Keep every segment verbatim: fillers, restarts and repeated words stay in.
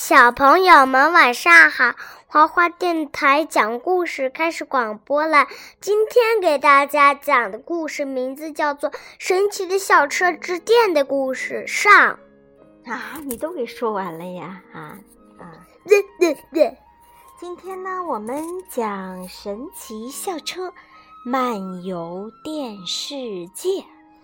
小朋友们晚上好，花花电台讲故事开始广播了。今天给大家讲的故事名字叫做《神奇的小车之电的故事》上。 啊，你都给说完了呀？啊啊， 对对对。 今天呢，我们讲神奇校车漫游电世界。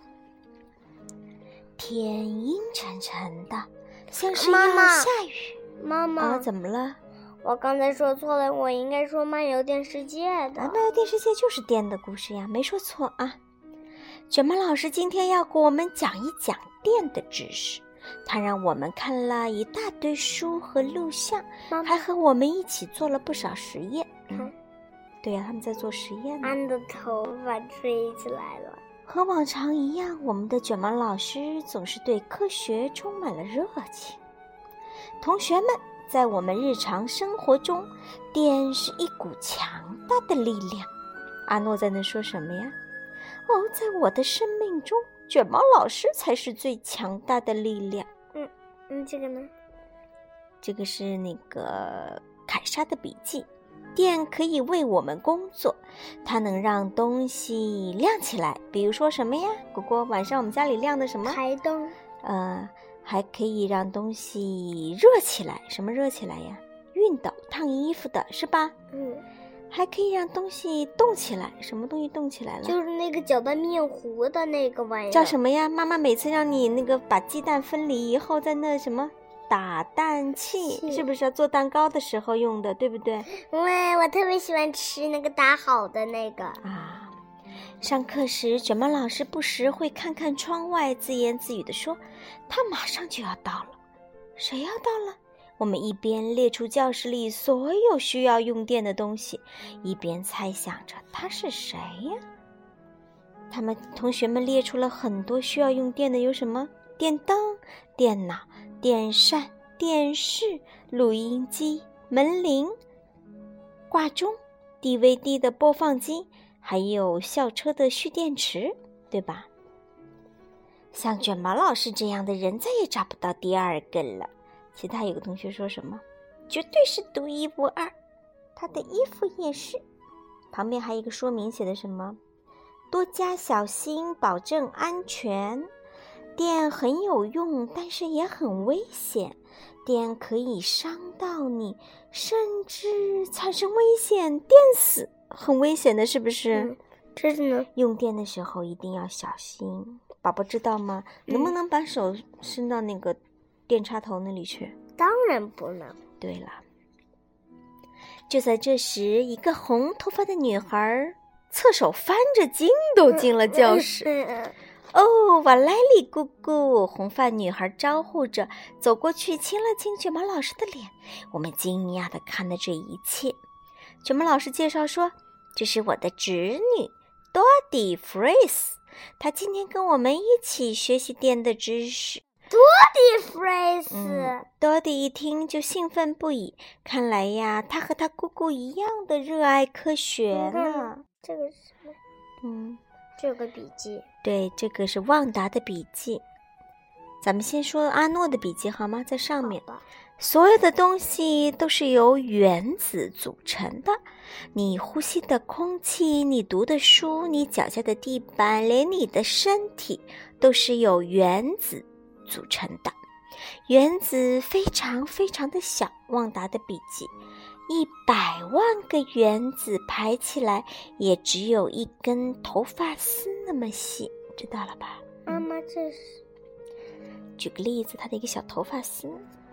天阴沉沉的，像是要下雨。 妈妈， 啊，怎么了？ 我刚才说错了，我应该说漫游电世界的。 啊，漫游电世界就是电的故事呀，没说错啊。卷毛老师今天要给我们讲一讲电的知识，他让我们看了一大堆书和录像，还和我们一起做了不少实验。嗯，对呀，他们在做实验呢。 安的头发吹起来了。 和往常一样，我们的卷毛老师总是对科学充满了热情。同学们，在我们日常生活中，电是一股强大的力量。阿诺在那说什么呀？哦，在我的生命中，卷毛老师才是最强大的力量。 嗯嗯，这个呢？ 这个是那个凯莎的笔记。电可以为我们工作，它能让东西亮起来。比如说什么呀？果果，晚上我们家里亮的什么？ 台灯。 呃，还可以让东西热起来。什么热起来呀？熨斗、烫衣服的是吧？ 嗯。 还可以让东西动起来。什么东西动起来了？ 就是那个搅拌面糊的那个玩意儿。 叫什么呀？妈妈每次让你那个把鸡蛋分离以后，在那什么？打蛋器，是不是要做蛋糕的时候用的，对不对？ 喂，我特别喜欢吃那个打好的那个啊。上课时，卷毛老师不时会看看窗外，自言自语地说：“他马上就要到了。”谁要到了？我们一边列出教室里所有需要用电的东西，一边猜想着他是谁呀？他们同学们列出了很多需要用电的，有什么？电灯、电脑、电扇、电视、录音机、门铃、挂钟、D V D 的播放机，还有校车的蓄电池，对吧？像卷毛老师这样的人再也找不到第二个了。其他有个同学说什么？绝对是独一无二。他的衣服也是。旁边还有一个说明写的什么？多加小心，保证安全。电很有用，但是也很危险。电可以伤到你，甚至产生危险，电死，很危险的，是不是？ 嗯，这是呢。 用电的时候一定要小心，宝宝知道吗？嗯、能不能把手伸到那个电插头那里去？ 当然不能。 对了，就在这时，一个红头发的女孩侧手翻着筋斗进了教室。 嗯嗯嗯哦，瓦莱里姑姑，红发女孩招呼着，走过去亲了亲卷毛老师的脸。我们惊讶地看着这一切。卷毛老师介绍说，这是我的侄女多迪·弗瑞斯，她今天跟我们一起学习电的知识。 多迪·弗瑞斯、 嗯、多迪一听就兴奋不已，看来呀，她和她姑姑一样的热爱科学呢。 这个是什么？ 嗯。 这个笔记， 对，这个是旺达的笔记。咱们先说阿诺的笔记好吗？在上面，所有的东西都是由原子组成的。你呼吸的空气，你读的书，你脚下的地板，连你的身体都是由原子组成的。原子非常非常的小，旺达的笔记。一百万个原子排起来，也只有一根头发丝那么细，知道了吧？ 妈妈，这是？ 举个例子，它的一个小头发丝。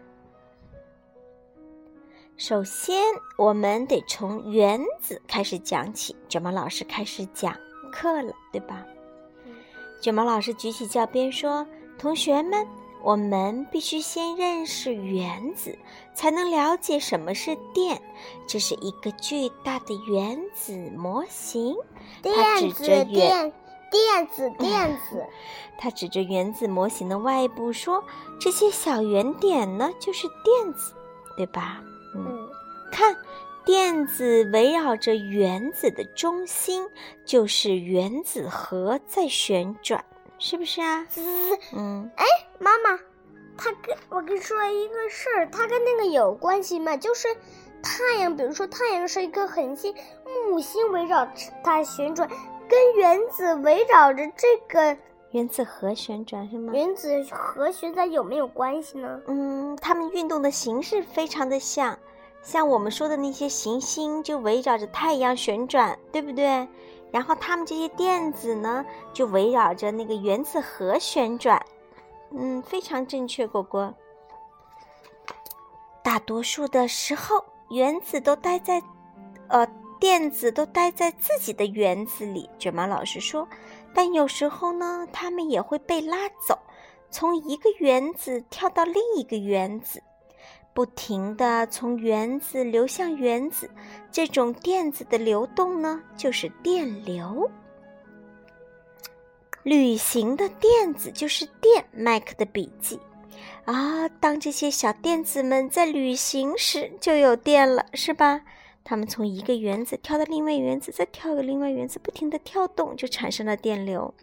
首先，我们得从原子开始讲起。卷毛老师开始讲课了，对吧？ 嗯、 卷毛老师举起教鞭说：“同学们。”我们必须先认识原子，才能了解什么是电。这是一个巨大的原子模型。 电子电电子电子。 他指着原子模型的外部说：“这些小圆点呢，就是电子，对吧？”嗯， 嗯看，电子围绕着原子的中心，就是原子核在旋转。是不是啊？ 滋， 嗯， 哎，妈妈， 它跟我跟你说一个事儿，它跟那个有关系吗？就是太阳，比如说太阳是一颗恒星，木星围绕它旋转，跟原子围绕着这个原子核旋转是吗？ 原子核旋转有没有关系呢？ 嗯，它们运动的形式非常的像，像我们说的那些行星就围绕着太阳旋转，对不对？然后它们这些电子呢，就围绕着那个原子核旋转。嗯，非常正确，果果。大多数的时候，原子都待在，呃，电子都待在自己的原子里。卷毛老师说，但有时候呢，它们也会被拉走，从一个原子跳到另一个原子，不停地从原子流向原子。这种电子的流动呢，就是电流。旅行的电子就是电，麦克的笔记啊。当这些小电子们在旅行时，就有电了，是吧？它们从一个原子跳到另外原子，再跳个另外原子，不停地跳动，就产生了电流。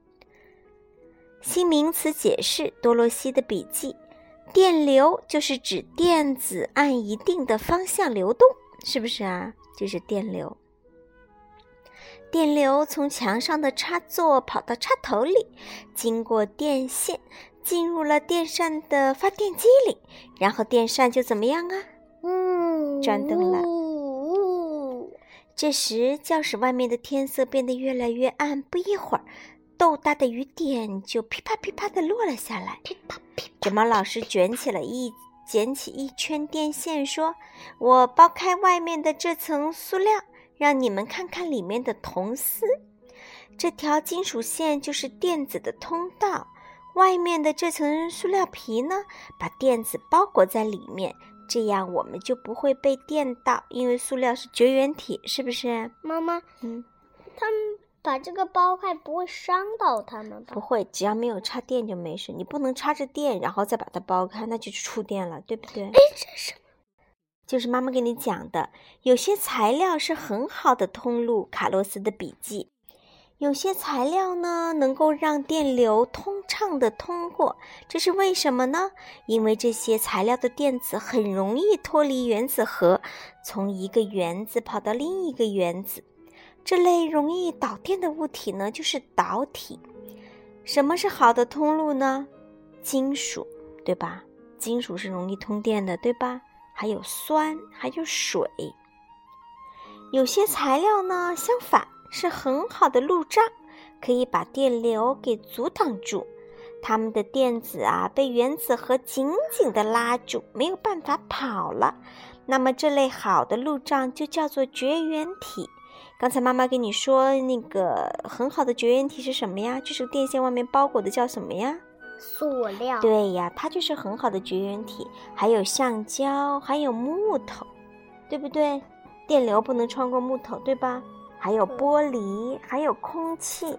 新名词解释，多罗西的笔记：电流就是指电子按一定的方向流动，是不是啊？就是电流。电流从墙上的插座跑到插头里，经过电线，进入了电扇的发电机里，然后电扇就怎么样啊？嗯，转动了。这时，教室外面的天色变得越来越暗，不一会儿，豆大的雨点就噼啪噼啪地落了下来。噼啪噼啪。卷毛老师卷起了一捡起一圈电线，说：“我剥开外面的这层塑料。”让你们看看里面的铜丝，这条金属线就是电子的通道，外面的这层塑料皮呢，把电子包裹在里面，这样我们就不会被电到，因为塑料是绝缘体，是不是？ 妈妈， 嗯， 他们把这个剥开不会伤到他们吧？ 不会，只要没有插电就没事。你不能插着电，然后再把它剥开，那就是触电了，对不对？ 哎，这是就是妈妈跟你讲的，有些材料是很好的通路，卡洛斯的笔记。有些材料呢，能够让电流通畅地通过，这是为什么呢？因为这些材料的电子很容易脱离原子核，从一个原子跑到另一个原子。这类容易导电的物体呢，就是导体。什么是好的通路呢？金属，对吧？金属是容易通电的，对吧？还有酸，还有水。有些材料呢，相反是很好的路障，可以把电流给阻挡住。它们的电子啊，被原子核紧紧地拉住，没有办法跑了。那么这类好的路障就叫做绝缘体。刚才妈妈跟你说，那个很好的绝缘体是什么呀？就是电线外面包裹的叫什么呀？ 塑料。 对呀，它就是很好的绝缘体。还有橡胶，还有木头，对不对？电流不能穿过木头，对吧？还有玻璃，还有空气。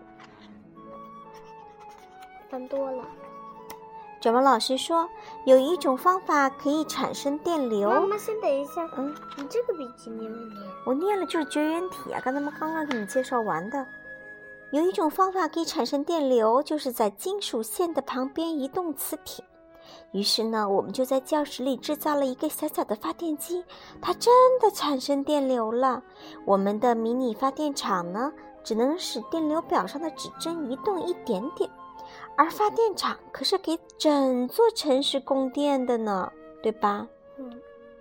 翻多了。 卷毛老师说，有一种方法可以产生电流。 妈妈，先等一下。 嗯， 你这个笔记念没念？ 我念了，就是绝缘体啊，刚才刚刚给你介绍完的。有一种方法可以产生电流，就是在金属线的旁边移动磁铁。于是呢，我们就在教室里制造了一个小小的发电机，它真的产生电流了。我们的迷你发电厂呢，只能使电流表上的指针移动一点点，而发电厂可是给整座城市供电的呢，对吧？ 嗯。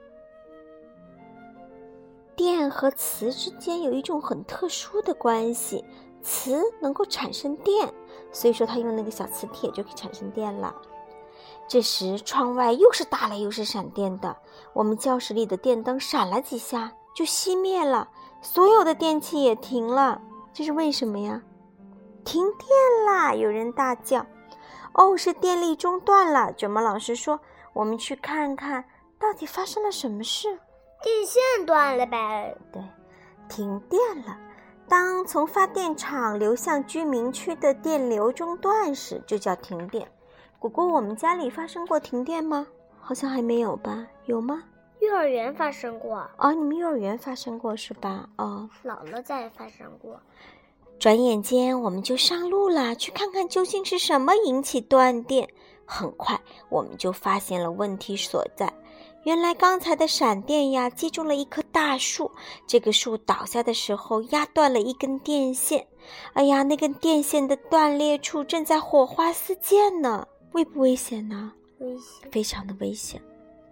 电和磁之间有一种很特殊的关系，磁能够产生电，所以说它用那个小磁铁就可以产生电了。这时窗外又是打雷又是闪电的，我们教室里的电灯闪了几下就熄灭了，所有的电器也停了。这是为什么呀？停电啦！有人大叫。哦，是电力中断了。卷毛老师说，我们去看看到底发生了什么事。 电线断了呗。 对，停电了。当从发电厂流向居民区的电流中断时，就叫停电。果果，我们家里发生过停电吗？好像还没有吧？有吗？ 幼儿园发生过。 哦，你们幼儿园发生过是吧？哦， 姥姥家也发生过。 转眼间我们就上路了，去看看究竟是什么引起断电。 很快我们就发现了问题所在。原来刚才的闪电呀击中了一棵大树，这个树倒下的时候压断了一根电线。哎呀，那根电线的断裂处正在火花四溅呢，危不危险呢？ 危险， 非常的危险。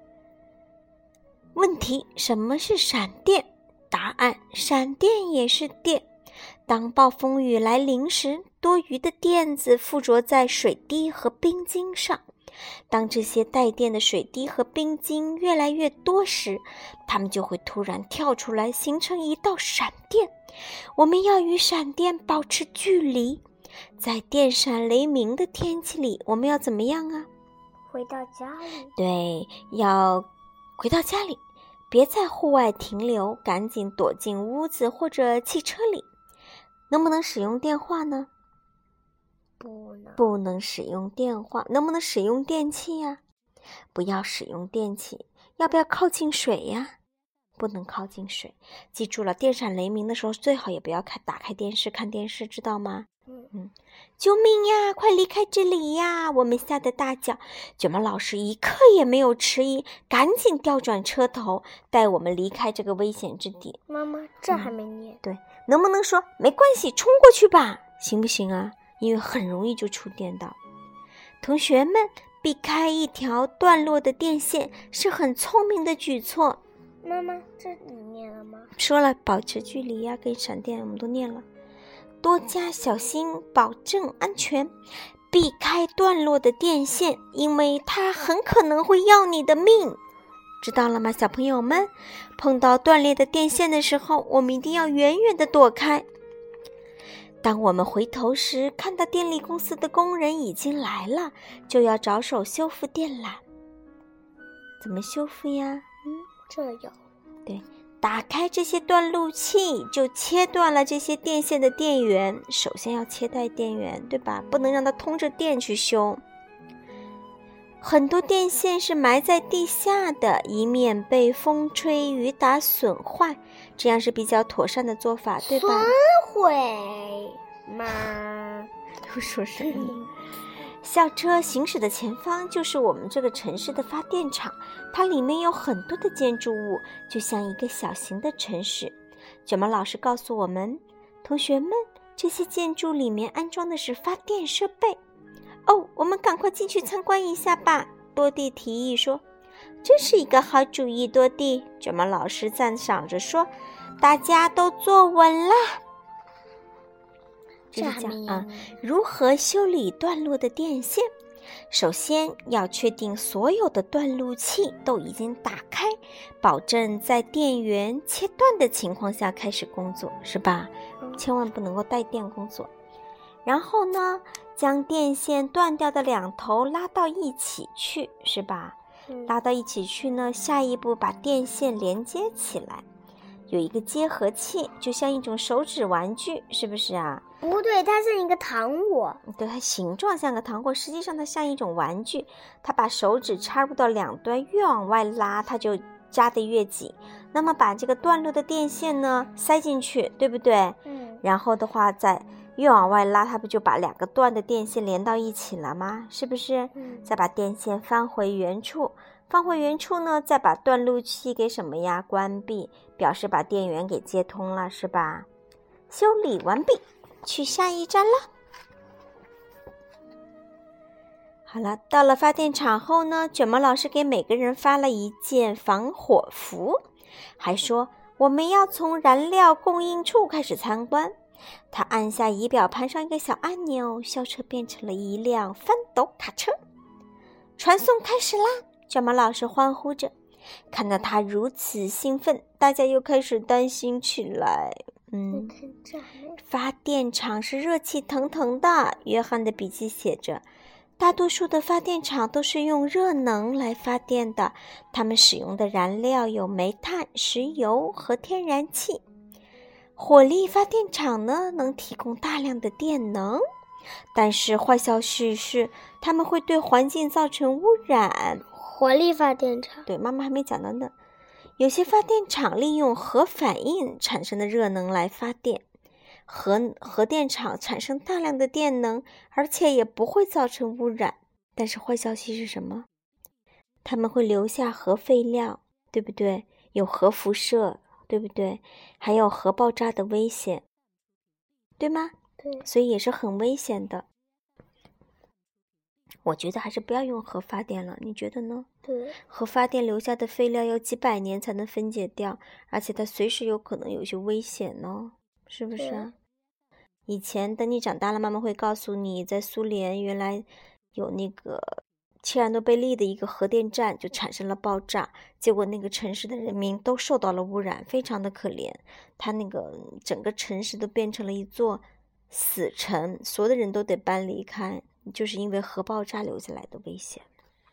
问题：什么是闪电？答案：闪电也是电。当暴风雨来临时，多余的电子附着在水滴和冰晶上。当这些带电的水滴和冰晶越来越多时，它们就会突然跳出来，形成一道闪电。我们要与闪电保持距离。在电闪雷鸣的天气里，我们要怎么样啊？ 回到家里。 对，要回到家里，别在户外停留，赶紧躲进屋子或者汽车里。能不能使用电话呢？ 不能， 不能使用电话。能不能使用电器呀？不要使用电器。要不要靠近水呀？不能靠近水。记住了，电闪雷鸣的时候最好也不要开打开电视看电视，知道吗？ 嗯嗯，救命呀！快离开这里呀！我们吓得大叫。卷毛老师一刻也没有迟疑，赶紧调转车头，带我们离开这个危险之地。 妈妈，这还没念、 嗯、对，能不能说没关系，冲过去吧？行不行啊？因为很容易就触电到。同学们，避开一条断落的电线是很聪明的举措。 妈妈，这你念了吗？ 说了，保持距离呀、啊，跟闪电我们都念了。多加小心，保证安全，避开断落的电线，因为它很可能会要你的命。知道了吗，小朋友们？碰到断裂的电线的时候，我们一定要远远地躲开。当我们回头时，看到电力公司的工人已经来了，就要着手修复电缆。怎么修复呀？嗯， 这有。 对，打开这些断路器，就切断了这些电线的电源。首先要切断电源，对吧？不能让它通着电去修。很多电线是埋在地下的，以免被风吹雨打损坏，这样是比较妥善的做法，对吧？ 损毁吗？ 又说什么？校车行驶的前方就是我们这个城市的发电厂，它里面有很多的建筑物，就像一个小型的城市。卷毛老师告诉我们，同学们，这些建筑里面安装的是发电设备。哦，我们赶快进去参观一下吧，多蒂提议说。这是一个好主意，多蒂，卷毛老师赞赏着说。大家都坐稳了。这是讲啊，如何修理断落的电线。首先要确定所有的断路器都已经打开，保证在电源切断的情况下开始工作，是吧？千万不能够带电工作。然后呢，将电线断掉的两头拉到一起去，是吧？ 嗯、 拉到一起去呢，下一步把电线连接起来。有一个结合器，就像一种手指玩具，是不是啊？ 不对，它像一个糖果。 对，它形状像个糖果，实际上它像一种玩具。它把手指插入到两端，越往外拉，它就扎得越紧。那么把这个断落的电线呢塞进去，对不对？ 嗯。 然后的话，再越往外拉，它不就把两个断的电线连到一起了吗？是不是？ 嗯。 再把电线翻回原处。放回原处呢，再把断路器给什么呀？关闭，表示把电源给接通了，是吧？修理完毕，去下一站了。好了，到了发电厂后呢，卷毛老师给每个人发了一件防火服，还说我们要从燃料供应处开始参观。他按下仪表盘上一个小按钮，校车变成了一辆翻斗卡车。传送开始啦！卷毛老师欢呼着，看到他如此兴奋，大家又开始担心起来。嗯，发电厂是热气腾腾的。约翰的笔记写着，大多数的发电厂都是用热能来发电的，他们使用的燃料有煤炭、石油和天然气。火力发电厂呢，能提供大量的电能，但是坏消息是，它们会对环境造成污染。 火力发电厂， 对，妈妈还没讲到呢。有些发电厂利用核反应产生的热能来发电，核核电厂产生大量的电能，而且也不会造成污染。 但是坏消息是什么？它们会留下核废料，对不对？有核辐射，对不对？还有核爆炸的危险，对吗？ 对， 所以也是很危险的。我觉得还是不要用核发电了，你觉得呢？ 对， 核发电留下的废料要几百年才能分解掉，而且它随时有可能有一些危险呢，是不是啊？以前等你长大了，妈妈会告诉你，在苏联原来有那个切尔诺贝利的一个核电站就产生了爆炸，结果那个城市的人民都受到了污染，非常的可怜。它那个整个城市都变成了一座死城，所有的人都得搬离开，就是因为核爆炸留下来的危险。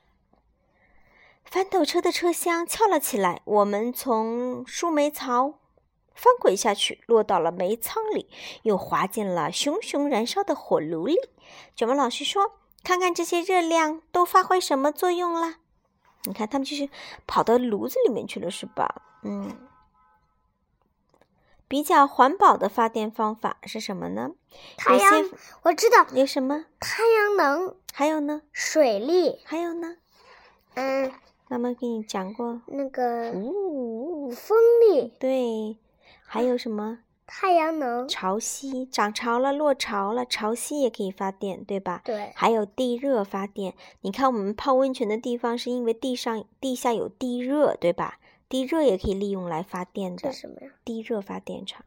翻斗车的车厢翘了起来，我们从树莓槽翻滚下去，落到了煤仓里，又滑进了熊熊燃烧的火炉里。卷毛老师说，看看这些热量都发挥什么作用了。你看他们就是跑到炉子里面去了，是吧？嗯，比较环保的发电方法是什么呢？ 太阳，我知道有什么？ 太阳能， 还有呢？ 水力， 还有呢？ 嗯， 妈妈给你讲过那个呜， 风力， 对，还有什么？ 太阳能， 潮汐，涨潮了，落潮了，潮汐也可以发电，对吧？ 对， 还有地热发电。你看，我们泡温泉的地方是因为地上地下有地热，对吧？地热也可以利用来发电的。 这是什么呀？ 地热发电厂。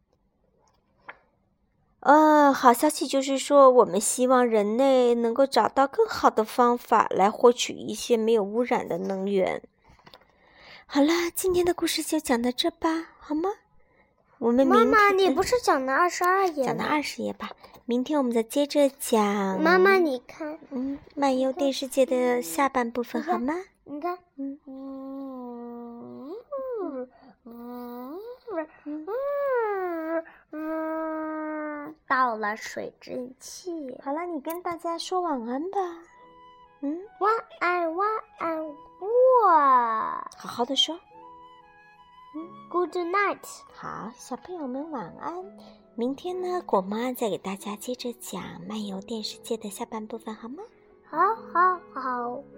呃，好消息就是说，我们希望人类能够找到更好的方法来获取一些没有污染的能源。好了，今天的故事就讲到这吧，好吗？我们妈妈，你不是讲了二十二页吗？ 讲到二十页吧，明天我们再接着讲。 妈妈，你看， 嗯，漫游电视界的下半部分好吗？ 你看， 嗯嗯嗯嗯嗯，到了水蒸气。 好了，你跟大家说晚安吧。嗯， 晚安，晚安，哇！ 好好的说。 Good night。 好，小朋友们晚安。明天呢，果妈再给大家接着讲漫游电视界的下半部分，好吗？ 好，好，好。